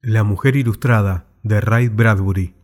La mujer ilustrada, de Ray Bradbury.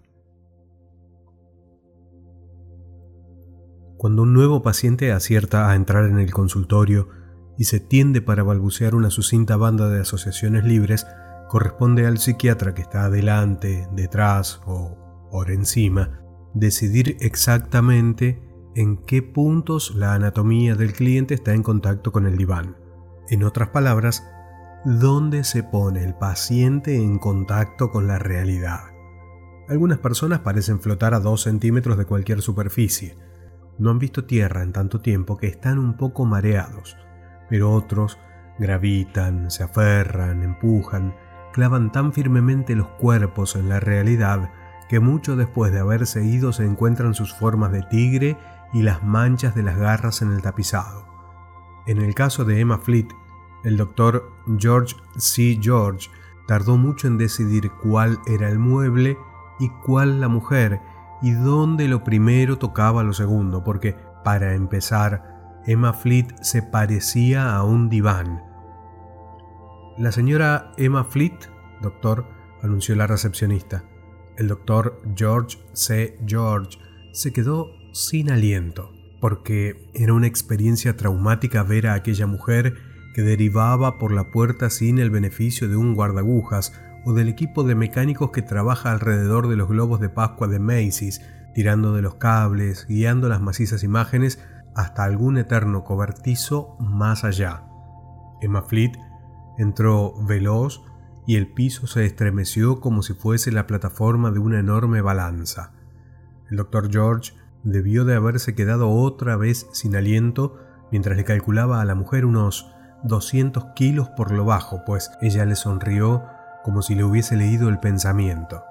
Cuando un nuevo paciente acierta a entrar en el consultorio y se tiende para balbucear una sucinta banda de asociaciones libres, corresponde al psiquiatra que está adelante, detrás o por encima, decidir exactamente en qué puntos la anatomía del cliente está en contacto con el diván. En otras palabras, ¿dónde se pone el paciente en contacto con la realidad? Algunas personas parecen flotar a 2 centímetros de cualquier superficie. No han visto tierra en tanto tiempo que están un poco mareados, pero otros gravitan, se aferran, empujan, clavan tan firmemente los cuerpos en la realidad que mucho después de haberse ido se encuentran sus formas de tigre y las manchas de las garras en el tapizado. En el caso de Emma Fleet, el doctor George C. George tardó mucho en decidir cuál era el mueble y cuál la mujer, y dónde lo primero tocaba lo segundo, porque, para empezar, Emma Fleet se parecía a un diván. La señora Emma Fleet, doctor, anunció la recepcionista. El doctor George C. George se quedó sin aliento, porque era una experiencia traumática ver a aquella mujer que derivaba por la puerta sin el beneficio de un guardaagujas o del equipo de mecánicos que trabaja alrededor de los globos de Pascua de Macy's, tirando de los cables, guiando las macizas imágenes hasta algún eterno cobertizo más allá. Emma Fleet entró veloz y el piso se estremeció como si fuese la plataforma de una enorme balanza. El doctor George debió de haberse quedado otra vez sin aliento mientras le calculaba a la mujer unos 200 kilos por lo bajo, pues ella le sonrió como si le hubiese leído el pensamiento.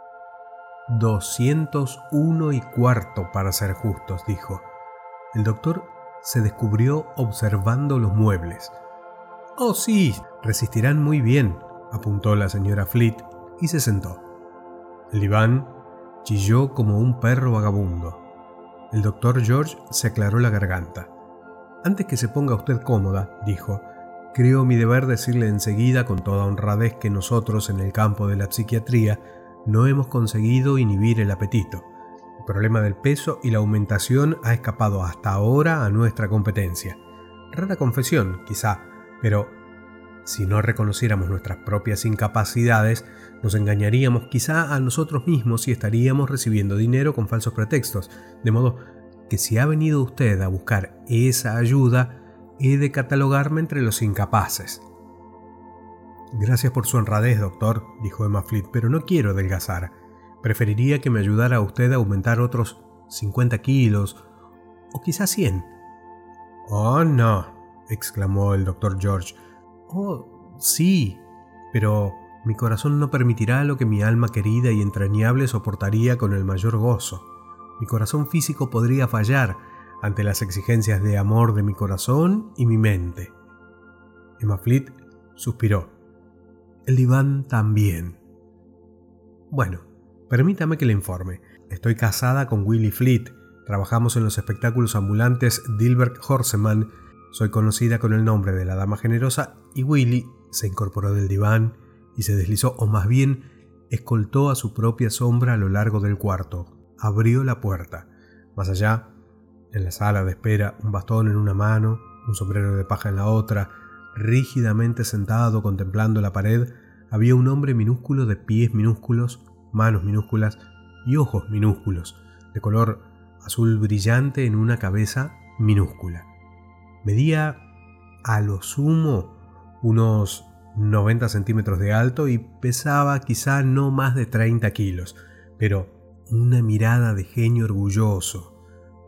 201 1/4 para ser justos, dijo. El doctor se descubrió observando los muebles. «Oh, sí, resistirán muy bien», apuntó la señora Fleet y se sentó. El diván chilló como un perro vagabundo. El doctor George se aclaró la garganta. «Antes que se ponga usted cómoda», dijo, «creo mi deber decirle enseguida con toda honradez que nosotros en el campo de la psiquiatría no hemos conseguido inhibir el apetito. El problema del peso y la aumentación ha escapado hasta ahora a nuestra competencia. Rara confesión, quizá, pero si no reconociéramos nuestras propias incapacidades, nos engañaríamos quizá a nosotros mismos y estaríamos recibiendo dinero con falsos pretextos, de modo que si ha venido usted a buscar esa ayuda, he de catalogarme entre los incapaces». «Gracias por su honradez, doctor», dijo Emma Fleet, «pero no quiero adelgazar. Preferiría que me ayudara usted a aumentar otros 50 kilos, o quizás 100. «Oh, no», exclamó el doctor George. «Oh, sí, pero mi corazón no permitirá lo que mi alma querida y entrañable soportaría con el mayor gozo. Mi corazón físico podría fallar ante las exigencias de amor de mi corazón y mi mente». Emma Fleet suspiró. «El diván también». «Bueno, permítame que le informe. Estoy casada con Willie Fleet. Trabajamos en los espectáculos ambulantes Dilbert Horseman. Soy conocida con el nombre de la Dama Generosa y Willie se incorporó del diván y se deslizó, o más bien escoltó a su propia sombra a lo largo del cuarto. Abrió la puerta. Más allá, en la sala de espera, un bastón en una mano, un sombrero de paja en la otra, rígidamente sentado contemplando la pared, había un hombre minúsculo de pies minúsculos, manos minúsculas y ojos minúsculos, de color azul brillante en una cabeza minúscula. Medía a lo sumo unos 90 centímetros de alto y pesaba quizá no más de 30 kilos, pero una mirada de genio orgulloso,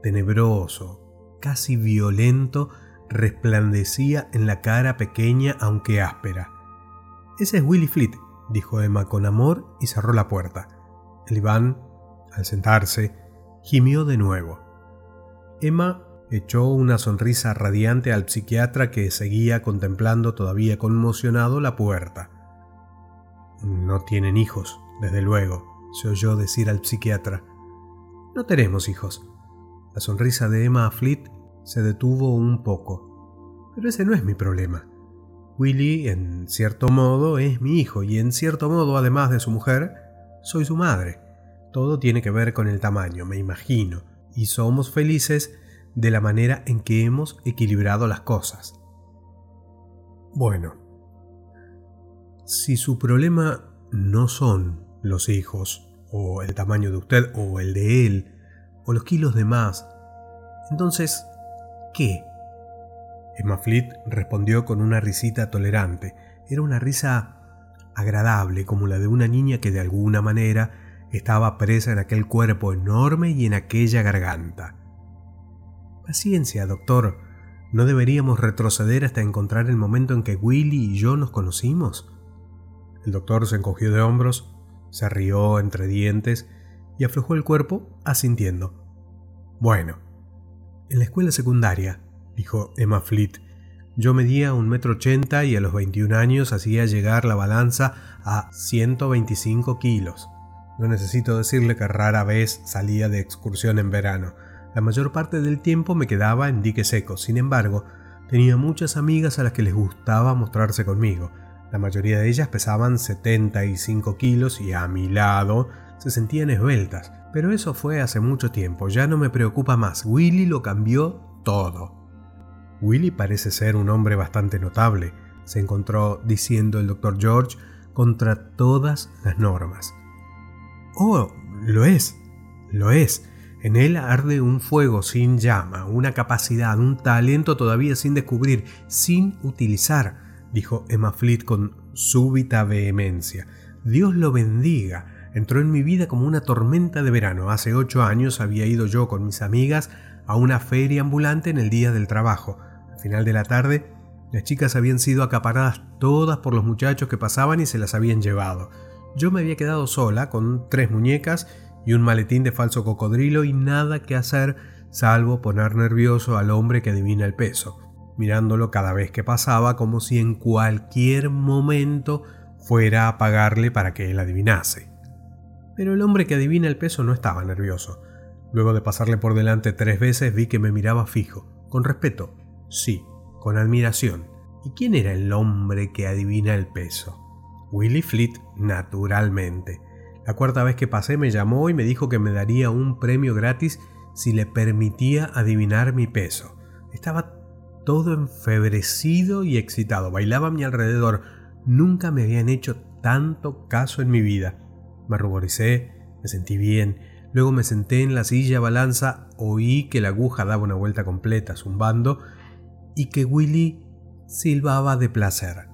tenebroso, casi violento, resplandecía en la cara pequeña aunque áspera. «Ese es Willie Fleet», dijo Emma con amor y cerró la puerta. El diván, al sentarse, gimió de nuevo. Emma echó una sonrisa radiante al psiquiatra que seguía contemplando todavía conmocionado la puerta. «No tienen hijos, desde luego», se oyó decir al psiquiatra. «No tenemos hijos». La sonrisa de Emma Fleet se detuvo un poco. «Pero ese no es mi problema. Willy, en cierto modo, es mi hijo y en cierto modo, además de su mujer, soy su madre. Todo tiene que ver con el tamaño, me imagino, y somos felices de la manera en que hemos equilibrado las cosas. Bueno, si su problema no son los hijos, o el tamaño de usted, o el de él, o los kilos de más, entonces, ¿qué? Emma Fleet respondió con una risita tolerante. Era una risa agradable, como la de una niña que de alguna manera estaba presa en aquel cuerpo enorme y en aquella garganta. Paciencia, doctor. ¿No deberíamos retroceder hasta encontrar el momento en que Willy y yo nos conocimos? El doctor se encogió de hombros, se rió entre dientes y aflojó el cuerpo asintiendo. Bueno, en la escuela secundaria, dijo Emma Fleet, yo medía 1,80 m y a los 21 años hacía llegar la balanza a 125 kilos. No necesito decirle que rara vez salía de excursión en verano. La mayor parte del tiempo me quedaba en dique seco. Sin embargo, tenía muchas amigas a las que les gustaba mostrarse conmigo. La mayoría de ellas pesaban 75 kilos y a mi lado se sentían esbeltas. Pero eso fue hace mucho tiempo, ya no me preocupa más. Willy lo cambió todo. Willy parece ser un hombre bastante notable, se encontró diciendo el Dr. George contra todas las normas. Oh, lo es. En él arde un fuego sin llama, una capacidad, un talento todavía sin descubrir, sin utilizar, dijo Emma Fleet con súbita vehemencia. Dios lo bendiga. Entró en mi vida como una tormenta de verano. Hace 8 años había ido yo con mis amigas a una feria ambulante en el día del trabajo. Al final de la tarde, las chicas habían sido acaparadas todas por los muchachos que pasaban y se las habían llevado. Yo me había quedado sola con 3 muñecas y un maletín de falso cocodrilo y nada que hacer salvo poner nervioso al hombre que adivina el peso, mirándolo cada vez que pasaba como si en cualquier momento fuera a pagarle para que él adivinase. Pero el hombre que adivina el peso no estaba nervioso. Luego de pasarle por delante 3 veces vi que me miraba fijo, con respeto, sí, con admiración. ¿Y quién era el hombre que adivina el peso? Willy Fleet, naturalmente. La 4ª vez que pasé me llamó y me dijo que me daría un premio gratis si le permitía adivinar mi peso. Estaba todo enfebrecido y excitado, bailaba a mi alrededor. Nunca me habían hecho tanto caso en mi vida. Me ruboricé, me sentí bien, luego me senté en la silla balanza, oí que la aguja daba una vuelta completa zumbando y que Willy silbaba de placer.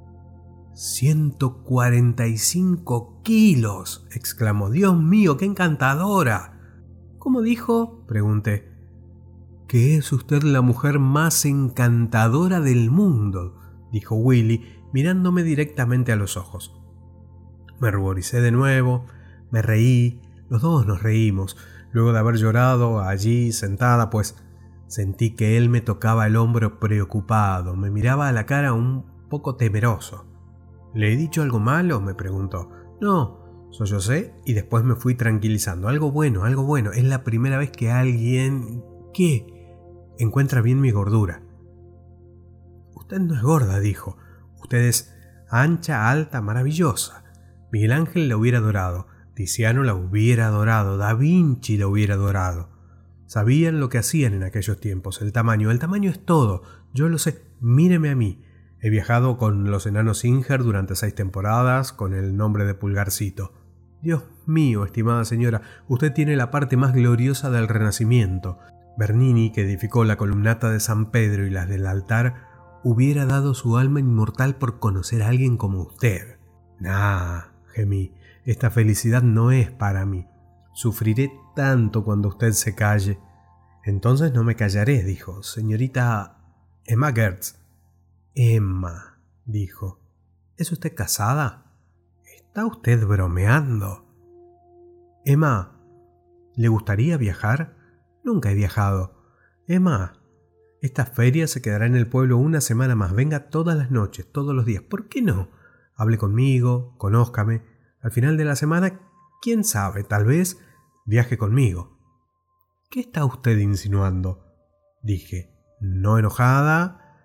145 kilos, exclamó. Dios mío, qué encantadora. ¿Cómo dijo? Pregunté. Que es usted la mujer más encantadora del mundo, dijo Willy, mirándome directamente a los ojos. Me ruboricé de nuevo, me reí, los dos nos reímos, luego de haber llorado allí sentada, pues sentí que él me tocaba el hombro preocupado, me miraba a la cara un poco temeroso. ¿Le he dicho algo malo?, me preguntó. No, sollocé y después me fui tranquilizando. Algo bueno, es la primera vez que alguien... ¿Qué? Encuentra bien mi gordura. Usted no es gorda, dijo. Usted es ancha, alta, maravillosa. Miguel Ángel la hubiera adorado, Tiziano la hubiera adorado, Da Vinci la hubiera adorado. Sabían lo que hacían en aquellos tiempos, el tamaño es todo, yo lo sé, míreme a mí. He viajado con los enanos Singer durante 6 temporadas con el nombre de Pulgarcito. Dios mío, estimada señora, usted tiene la parte más gloriosa del Renacimiento. Bernini, que edificó la columnata de San Pedro y las del altar, hubiera dado su alma inmortal por conocer a alguien como usted. Nah, gemí, esta felicidad no es para mí. Sufriré tanto cuando usted se calle. Entonces no me callaré, dijo. Señorita Emma Gertz. Emma, dijo. ¿Es usted casada? ¿Está usted bromeando? Emma, ¿le gustaría viajar? Nunca he viajado. Emma, esta feria se quedará en el pueblo una semana más. Venga todas las noches, todos los días. ¿Por qué no? Hable conmigo, conózcame. Al final de la semana, quién sabe, tal vez viaje conmigo. ¿Qué está usted insinuando? Dije, no enojada,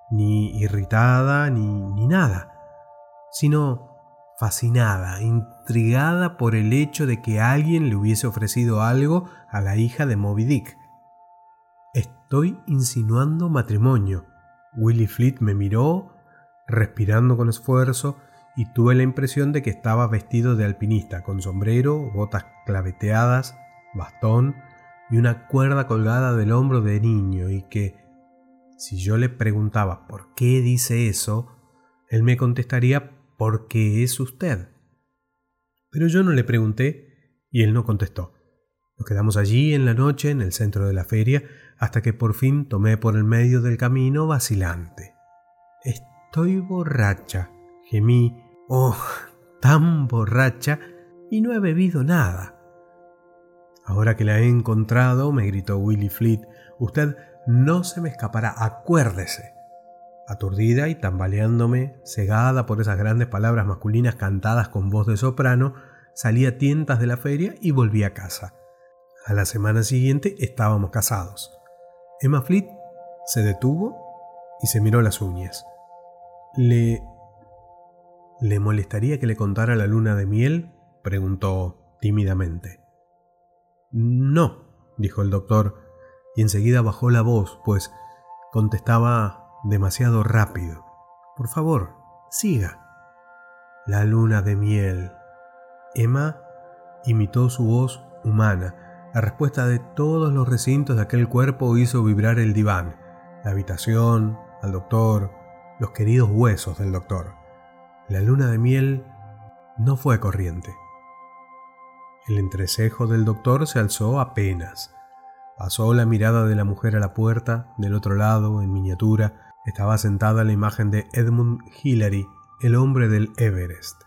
ni irritada, ni nada, sino fascinada, intrigada por el hecho de que alguien le hubiese ofrecido algo a la hija de Moby Dick. «Estoy insinuando matrimonio». Willy Flint me miró, respirando con esfuerzo, y tuve la impresión de que estaba vestido de alpinista, con sombrero, botas claveteadas, bastón y una cuerda colgada del hombro de niño, y que, si yo le preguntaba por qué dice eso, él me contestaría porque es usted. Pero yo no le pregunté y él no contestó. Nos quedamos allí en la noche, en el centro de la feria, hasta que por fin tomé por el medio del camino vacilante. «Estoy borracha», gemí. «Oh, tan borracha, y no he bebido nada». «Ahora que la he encontrado», me gritó Willy Flint, «usted no se me escapará, acuérdese». Aturdida y tambaleándome, cegada por esas grandes palabras masculinas cantadas con voz de soprano, salí a tientas de la feria y volví a casa. A la semana siguiente estábamos casados. Emma Flint se detuvo y se miró las uñas. ¿Le molestaría que le contara la luna de miel?, preguntó tímidamente. «No», dijo el doctor, y enseguida bajó la voz, pues contestaba demasiado rápido. «Por favor, siga». «La luna de miel». Emma imitó su voz humana. La respuesta de todos los recintos de aquel cuerpo hizo vibrar el diván, la habitación, al doctor, los queridos huesos del doctor. La luna de miel no fue corriente. El entrecejo del doctor se alzó apenas. Pasó la mirada de la mujer a la puerta. Del otro lado, en miniatura, estaba sentada la imagen de Edmund Hillary, el hombre del Everest.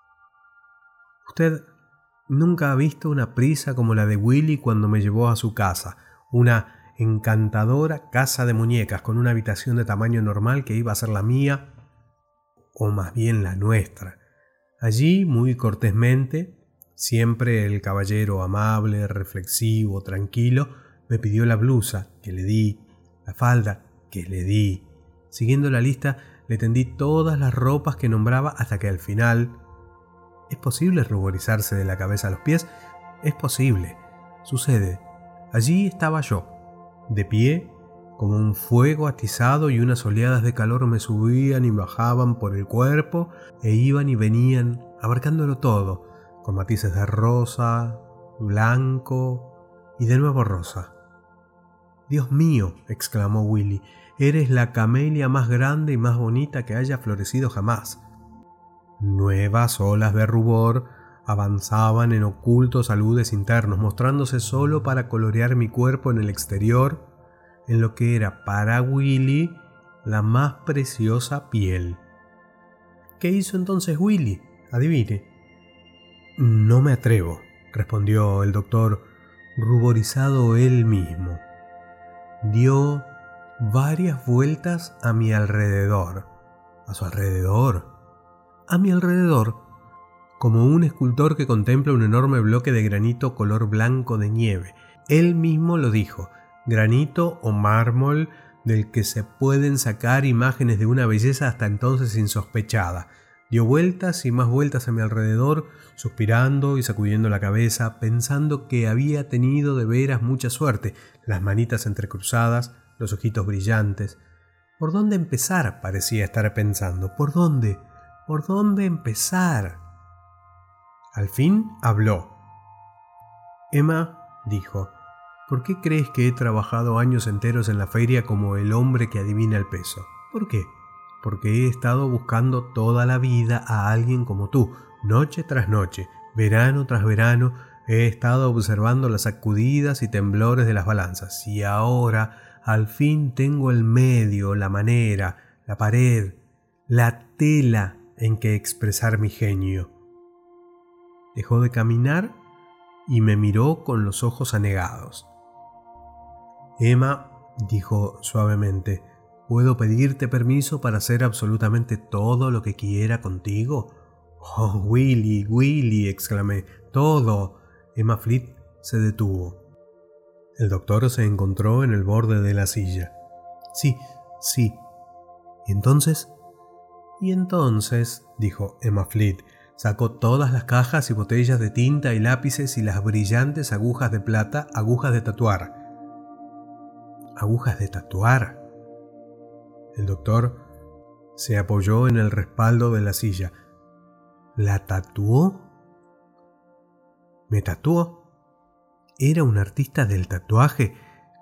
«Usted nunca ha visto una prisa como la de Willy cuando me llevó a su casa, una encantadora casa de muñecas con una habitación de tamaño normal que iba a ser la mía, o más bien la nuestra. Allí, muy cortésmente, siempre el caballero amable, reflexivo, tranquilo, me pidió la blusa, que le di, la falda, que le di. Siguiendo la lista, le tendí todas las ropas que nombraba hasta que al final... ¿Es posible ruborizarse de la cabeza a los pies? Es posible. Sucede. Allí estaba yo, de pie, como un fuego atizado, y unas oleadas de calor me subían y bajaban por el cuerpo e iban y venían, abarcándolo todo, con matices de rosa, blanco y de nuevo rosa. «Dios mío», exclamó Willy, «eres la camelia más grande y más bonita que haya florecido jamás». Nuevas olas de rubor avanzaban en ocultos aludes internos, mostrándose solo para colorear mi cuerpo en el exterior, en lo que era para Willy la más preciosa piel. «¿Qué hizo entonces Willy? Adivine». «No me atrevo», respondió el doctor, ruborizado él mismo. «Dio varias vueltas a mi alrededor». «¿A su alrededor?» «A mi alrededor, como un escultor que contempla un enorme bloque de granito color blanco de nieve. Él mismo lo dijo, granito o mármol del que se pueden sacar imágenes de una belleza hasta entonces insospechada. Dio vueltas y más vueltas a mi alrededor, suspirando y sacudiendo la cabeza, pensando que había tenido de veras mucha suerte, las manitas entrecruzadas, los ojitos brillantes. ¿Por dónde empezar?, parecía estar pensando. ¿Por dónde? ¿Por dónde empezar? Al fin habló. «Emma», dijo, «¿por qué crees que he trabajado años enteros en la feria como el hombre que adivina el peso? ¿Por qué? Porque he estado buscando toda la vida a alguien como tú, noche tras noche, verano tras verano, he estado observando las sacudidas y temblores de las balanzas, y ahora al fin tengo el medio, la manera, la pared, la tela en que expresar mi genio». Dejó de caminar y me miró con los ojos anegados. «Emma», dijo suavemente, «¿puedo pedirte permiso para hacer absolutamente todo lo que quiera contigo?» «Oh, Willy, Willy», exclamé, «todo». Emma Flint se detuvo. El doctor se encontró en el borde de la silla. «Sí, sí», Y entonces, dijo Emma Flint, sacó todas las cajas y botellas de tinta y lápices y las brillantes agujas de plata, agujas de tatuar. ¿Agujas de tatuar? El doctor se apoyó en el respaldo de la silla. ¿La tatuó? ¿Me tatuó? ¿Era un artista del tatuaje?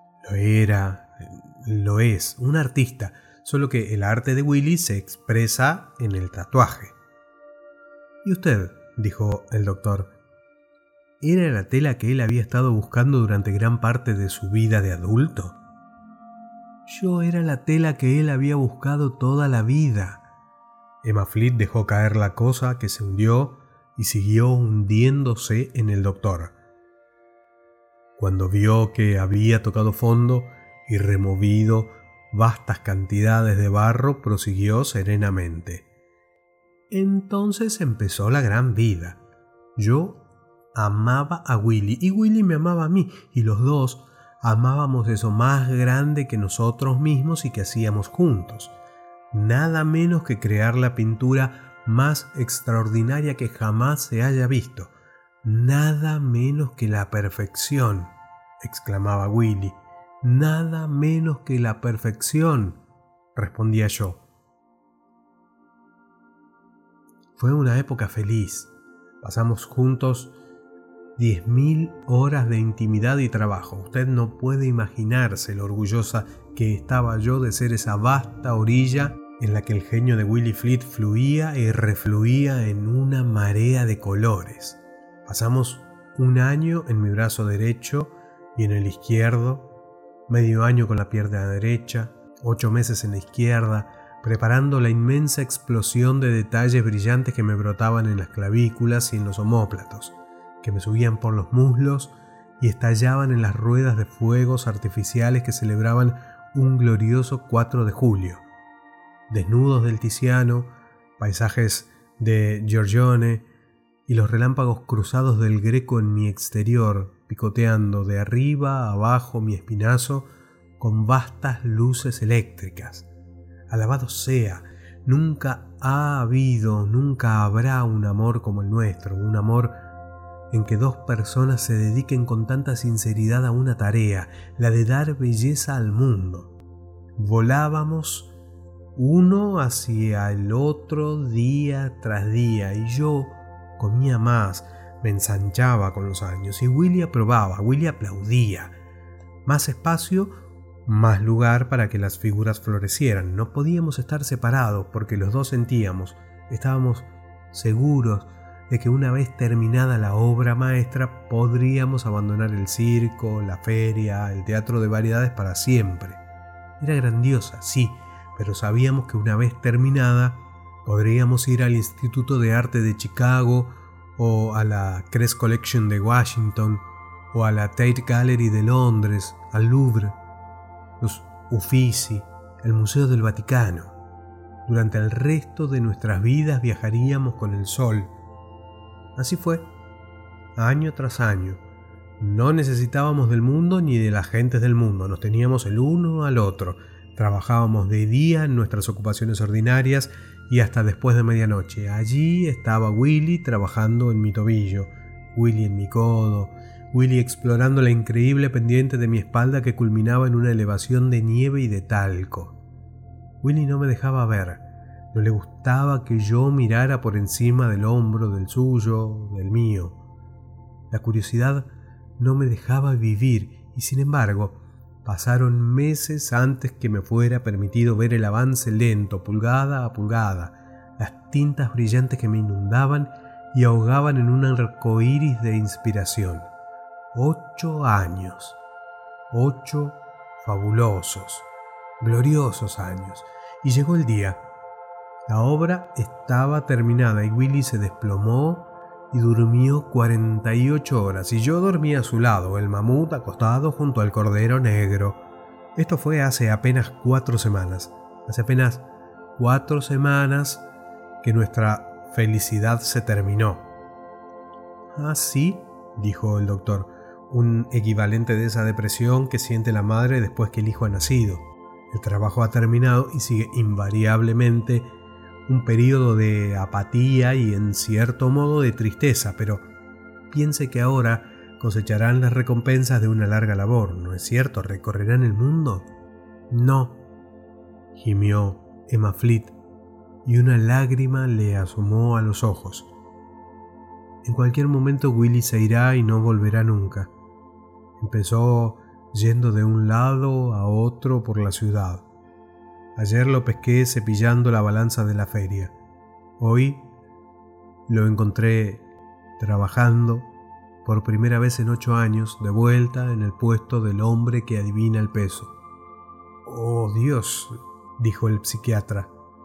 Lo es, un artista, solo que el arte de Willy se expresa en el tatuaje. ¿Y usted?, dijo el doctor. ¿Era la tela que él había estado buscando durante gran parte de su vida de adulto? Yo era la tela que él había buscado toda la vida. Emma Flint dejó caer la cosa que se hundió y siguió hundiéndose en el doctor. Cuando vio que había tocado fondo y removido vastas cantidades de barro, prosiguió serenamente. Entonces empezó la gran vida. Yo amaba a Willy y Willy me amaba a mí, y los dos amábamos eso más grande que nosotros mismos y que hacíamos juntos. Nada menos que crear la pintura más extraordinaria que jamás se haya visto. Nada menos que la perfección, exclamaba Willy. Nada menos que la perfección, respondía yo. Fue una época feliz. Pasamos juntos 10.000 horas de intimidad y trabajo. Usted no puede imaginarse lo orgullosa que estaba yo de ser esa vasta orilla en la que el genio de Willy Flint fluía y refluía en una marea de colores. Pasamos un año en mi brazo derecho y en el izquierdo, medio año con la pierna derecha, 8 meses en la izquierda, preparando la inmensa explosión de detalles brillantes que me brotaban en las clavículas y en los omóplatos, que me subían por los muslos y estallaban en las ruedas de fuegos artificiales que celebraban un glorioso 4 de julio. Desnudos del Tiziano, paisajes de Giorgione y los relámpagos cruzados del Greco en mi exterior, picoteando de arriba a abajo mi espinazo con vastas luces eléctricas. Alabado sea, nunca ha habido, nunca habrá un amor como el nuestro, un amor en que dos personas se dediquen con tanta sinceridad a una tarea, la de dar belleza al mundo. Volábamos uno hacia el otro día tras día y yo comía más, me ensanchaba con los años y Willy aprobaba, Willy aplaudía. Más espacio, más lugar para que las figuras florecieran. No podíamos estar separados porque los dos estábamos seguros de que una vez terminada la obra maestra podríamos abandonar el circo, la feria, el teatro de variedades para siempre. Era grandiosa, sí, pero sabíamos que una vez terminada podríamos ir al Instituto de Arte de Chicago o a la Crest Collection de Washington o a la Tate Gallery de Londres, al Louvre, los Uffizi, el Museo del Vaticano. Durante el resto de nuestras vidas viajaríamos con el sol. Así fue, año tras año. No necesitábamos del mundo ni de las gentes del mundo, nos teníamos el uno al otro. Trabajábamos de día en nuestras ocupaciones ordinarias y hasta después de medianoche. Allí estaba Willy trabajando en mi tobillo, Willy en mi codo, Willy explorando la increíble pendiente de mi espalda que culminaba en una elevación de nieve y de talco. Willy no me dejaba ver, no le gustaba que yo mirara por encima del hombro del suyo, del mío. La curiosidad no me dejaba vivir y sin embargo pasaron meses antes que me fuera permitido ver el avance lento, pulgada a pulgada, las tintas brillantes que me inundaban y ahogaban en un arcoíris de inspiración. 8 años, 8 fabulosos, gloriosos años, y llegó el día. La obra estaba terminada y Willy se desplomó y durmió 48 horas, y yo dormí a su lado, el mamut acostado junto al cordero negro. Esto fue hace apenas 4 semanas. Hace apenas 4 semanas que nuestra felicidad se terminó. «Ah, sí», dijo el doctor, un equivalente de esa depresión que siente la madre después que el hijo ha nacido. El trabajo ha terminado y sigue invariablemente un periodo de apatía y en cierto modo de tristeza, pero piense que ahora cosecharán las recompensas de una larga labor, ¿no es cierto? ¿Recorrerán el mundo? No, gimió Emma Flint, y una lágrima le asomó a los ojos. En cualquier momento Willy se irá y no volverá nunca. Empezó yendo de un lado a otro por la ciudad. Ayer lo pesqué cepillando la balanza de la feria. Hoy lo encontré trabajando por primera vez en 8 años, de vuelta en el puesto del hombre que adivina el peso. «Oh, Dios», dijo el psiquiatra.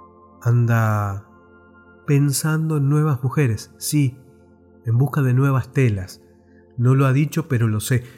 «Anda pensando en nuevas mujeres, sí, en busca de nuevas telas. No lo ha dicho, pero lo sé.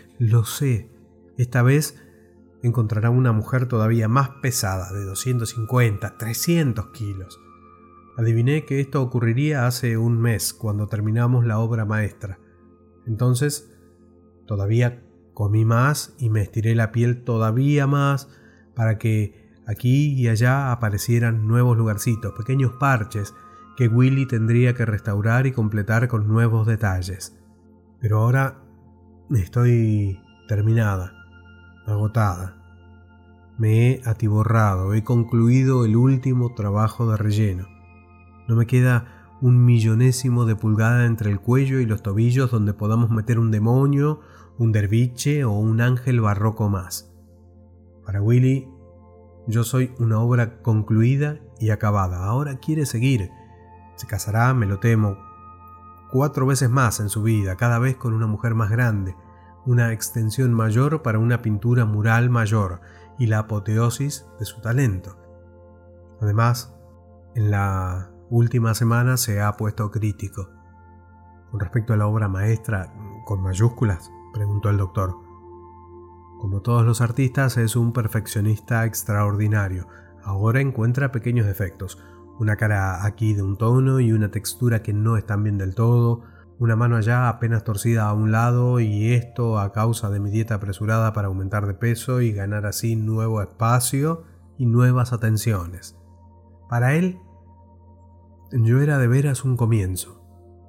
Esta vez encontrará una mujer todavía más pesada, de 250, 300 kilos. Adiviné que esto ocurriría hace un mes, cuando terminamos la obra maestra. Entonces, todavía comí más y me estiré la piel todavía más para que aquí y allá aparecieran nuevos lugarcitos, pequeños parches que Willy tendría que restaurar y completar con nuevos detalles. Pero ahora estoy terminada, agotada. Me he atiborrado, he concluido el último trabajo de relleno. No me queda un millonésimo de pulgada entre el cuello y los tobillos donde podamos meter un demonio, un derviche o un ángel barroco más. Para Willy, yo soy una obra concluida y acabada. Ahora quiere seguir. Se casará, me lo temo, 4 veces más en su vida, cada vez con una mujer más grande, una extensión mayor para una pintura mural mayor y la apoteosis de su talento. Además, en la última semana se ha puesto crítico. «Con respecto a la obra maestra, con mayúsculas», preguntó el doctor. «Como todos los artistas, es un perfeccionista extraordinario. Ahora encuentra pequeños defectos. Una cara aquí de un tono y una textura que no están bien del todo, una mano allá apenas torcida a un lado, y esto a causa de mi dieta apresurada para aumentar de peso y ganar así nuevo espacio y nuevas atenciones. Para él, yo era de veras un comienzo.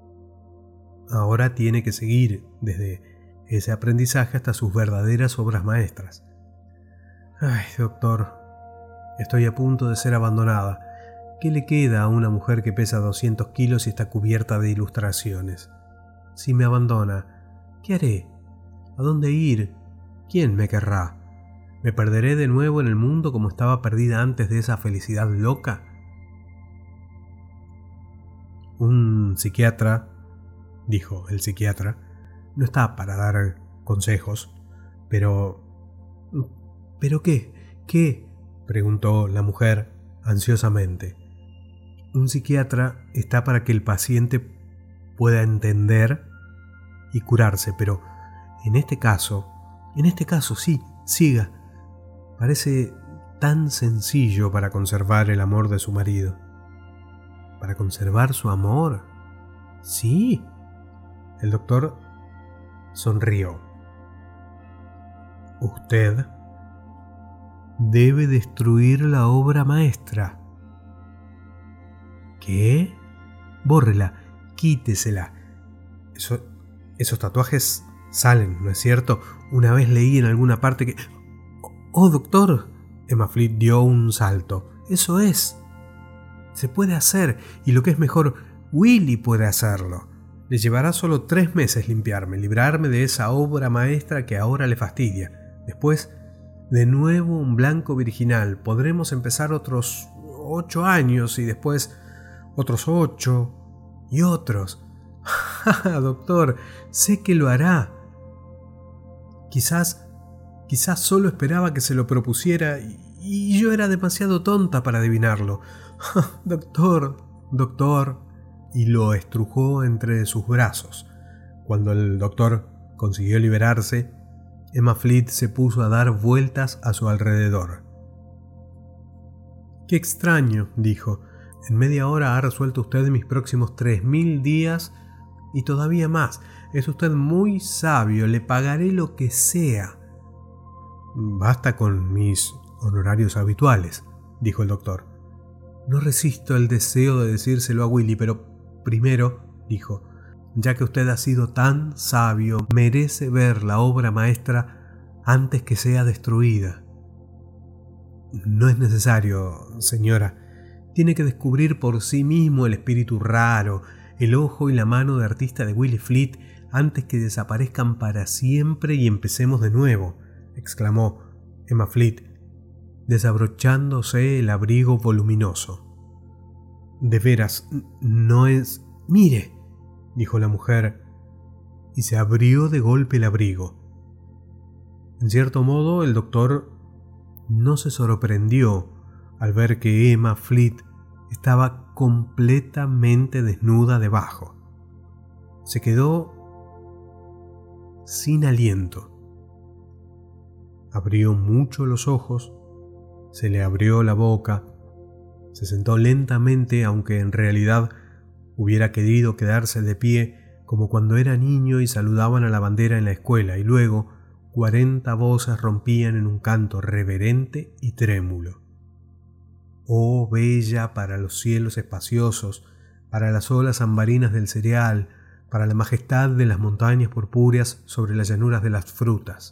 Ahora tiene que seguir desde ese aprendizaje hasta sus verdaderas obras maestras. Ay, doctor, estoy a punto de ser abandonada. ¿Qué le queda a una mujer que pesa 200 kilos y está cubierta de ilustraciones? Si me abandona, ¿qué haré? ¿A dónde ir? ¿Quién me querrá? ¿Me perderé de nuevo en el mundo como estaba perdida antes de esa felicidad loca?» «Un psiquiatra», dijo el psiquiatra, «no está para dar consejos, pero...» «¿Pero qué? ¿Qué?», preguntó la mujer ansiosamente. «Un psiquiatra está para que el paciente pueda entender y curarse, pero en este caso sí, siga. Parece tan sencillo para conservar el amor de su marido». «¿Para conservar su amor?» «Sí». El doctor sonrió. «Usted debe destruir la obra maestra». «¿Qué? Bórrela, quítesela. Esos tatuajes salen, ¿no es cierto? Una vez leí en alguna parte que...» «Oh, doctor», Emma Flint dio un salto. «Eso es. Se puede hacer, y lo que es mejor, Willy puede hacerlo. Le llevará solo 3 meses limpiarme, librarme de esa obra maestra que ahora le fastidia. Después, de nuevo un blanco virginal. Podremos empezar otros 8 años y después otros 8 y otros. Doctor, sé que lo hará. Quizás solo esperaba que se lo propusiera y yo era demasiado tonta para adivinarlo. Doctor, y lo estrujó entre sus brazos. Cuando el doctor consiguió liberarse, Emma Flint se puso a dar vueltas a su alrededor. «Qué extraño», dijo. «En media hora ha resuelto usted mis próximos 3000 días y todavía más. Es usted muy sabio, le pagaré lo que sea». «Basta con mis honorarios habituales, dijo el doctor. No resisto el deseo de decírselo a Willy, pero primero, dijo, ya que usted ha sido tan sabio, merece ver la obra maestra antes que sea destruida. No es necesario, señora. Tiene que descubrir por sí mismo el espíritu raro, el ojo y la mano de artista de Willy Flint antes que desaparezcan para siempre y empecemos de nuevo, exclamó Emma Flint, desabrochándose el abrigo voluminoso. De veras, no es... Mire, dijo la mujer, y se abrió de golpe el abrigo. En cierto modo, el doctor no se sorprendió al ver que Emma Flint estaba completamente desnuda debajo. Se quedó sin aliento. Abrió mucho los ojos, se le abrió la boca, se sentó lentamente, aunque en realidad hubiera querido quedarse de pie como cuando era niño y saludaban a la bandera en la escuela, y luego 40 voces rompían en un canto reverente y trémulo. Oh, bella para los cielos espaciosos, para las olas ambarinas del cereal, para la majestad de las montañas purpúreas sobre las llanuras de las frutas.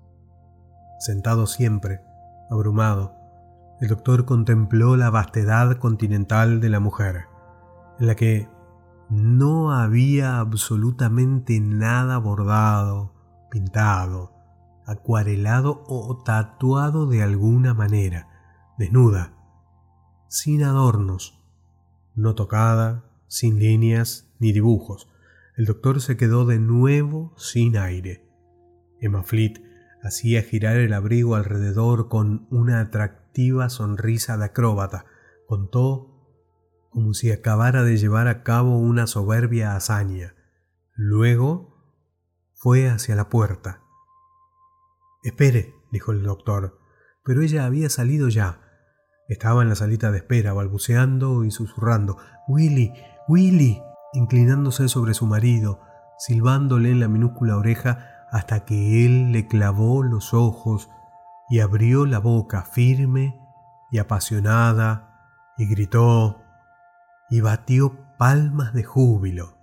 Sentado siempre, abrumado, el doctor contempló la vastedad continental de la mujer, en la que no había absolutamente nada bordado, pintado, acuarelado o tatuado de alguna manera, desnuda, sin adornos, no tocada, sin líneas ni dibujos. El doctor se quedó de nuevo sin aire. Emma Flint hacía girar el abrigo alrededor con una atractiva sonrisa de acróbata. Contó como si acabara de llevar a cabo una soberbia hazaña. Luego fue hacia la puerta. «Espere», dijo el doctor, pero ella había salido ya. Estaba en la salita de espera, balbuceando y susurrando. «Willy, Willy», inclinándose sobre su marido, silbándole en la minúscula oreja hasta que él le clavó los ojos y abrió la boca firme y apasionada y gritó y batió palmas de júbilo.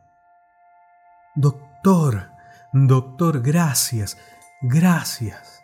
«Doctor, doctor, gracias, gracias».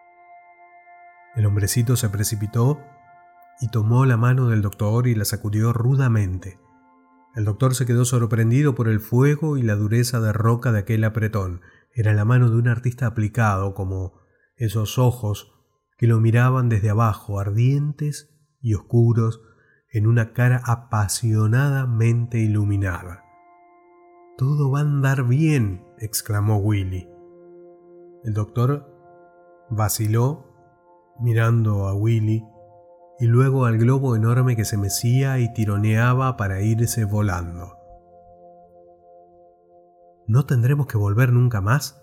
El hombrecito se precipitó y tomó la mano del doctor y la sacudió rudamente. El doctor se quedó sorprendido por el fuego y la dureza de roca de aquel apretón. Era la mano de un artista aplicado, como esos ojos que lo miraban desde abajo, ardientes y oscuros, en una cara apasionadamente iluminada. «Todo va a andar bien», exclamó Willy. El doctor vaciló, mirando a Willy y luego al globo enorme que se mecía y tironeaba para irse volando. ¿No tendremos que volver nunca más?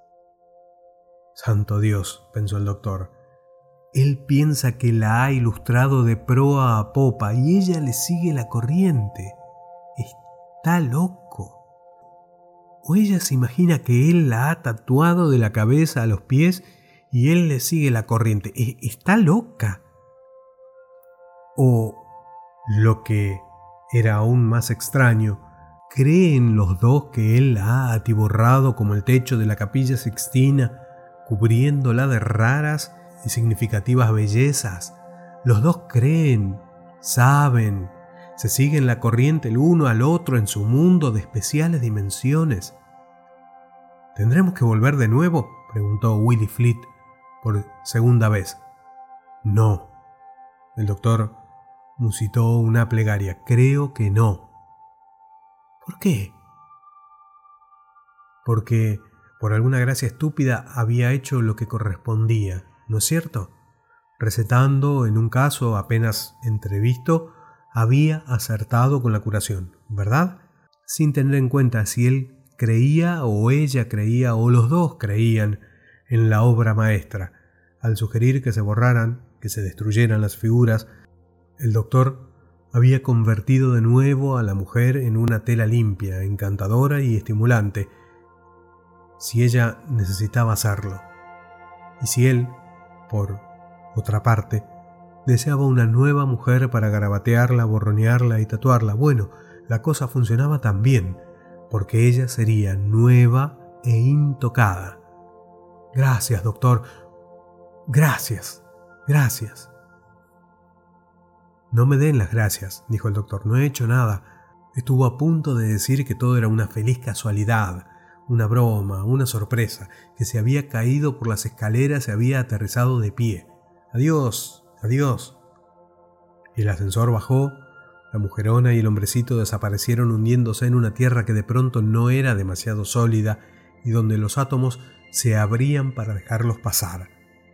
Santo Dios, pensó el doctor. Él piensa que la ha ilustrado de proa a popa y ella le sigue la corriente. Está loco. O ella se imagina que él la ha tatuado de la cabeza a los pies y él le sigue la corriente. Está loca. O, lo que era aún más extraño, creen los dos que él la ha atiborrado como el techo de la Capilla Sixtina, cubriéndola de raras y significativas bellezas. Los dos creen, saben, se siguen la corriente el uno al otro en su mundo de especiales dimensiones. ¿Tendremos que volver de nuevo?, preguntó Willy Flint por segunda vez. No. El doctor musitó una plegaria. Creo que no. ¿Por qué? Porque, por alguna gracia estúpida, había hecho lo que correspondía, ¿no es cierto? Recetando, en un caso apenas entrevisto, había acertado con la curación, ¿verdad? Sin tener en cuenta si él creía o ella creía o los dos creían en la obra maestra. Al sugerir que se borraran, que se destruyeran las figuras, el doctor había convertido de nuevo a la mujer en una tela limpia, encantadora y estimulante, si ella necesitaba hacerlo. Y si él, por otra parte, deseaba una nueva mujer para garabatearla, borronearla y tatuarla. Bueno, la cosa funcionaba tan bien, porque ella sería nueva e intocada. Gracias, doctor. Gracias. Gracias. No me den las gracias, dijo el doctor. No he hecho nada. Estuvo a punto de decir que todo era una feliz casualidad, una broma, una sorpresa, que se había caído por las escaleras y había aterrizado de pie. Adiós, adiós. Y el ascensor bajó, la mujerona y el hombrecito desaparecieron hundiéndose en una tierra que de pronto no era demasiado sólida y donde los átomos se abrían para dejarlos pasar.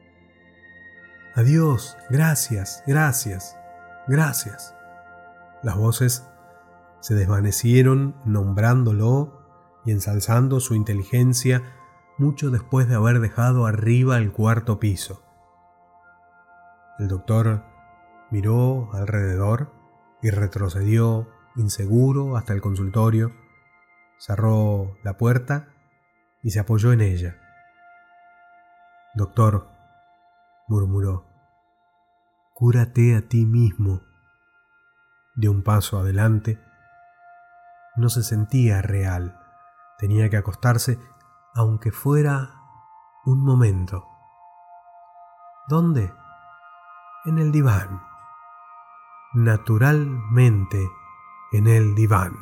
Adiós, gracias, gracias, gracias. Las voces se desvanecieron nombrándolo y ensalzando su inteligencia mucho después de haber dejado arriba el cuarto piso. El doctor miró alrededor y retrocedió inseguro hasta el consultorio, cerró la puerta y se apoyó en ella. Doctor, murmuró, cúrate a ti mismo. Dio un paso adelante. No se sentía real. Tenía que acostarse, aunque fuera un momento. ¿Dónde? En el diván. Naturalmente, en el diván.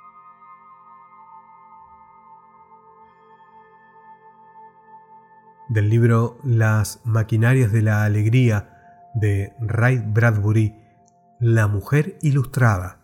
Del libro Las maquinarias de la alegría de Ray Bradbury, La mujer ilustrada.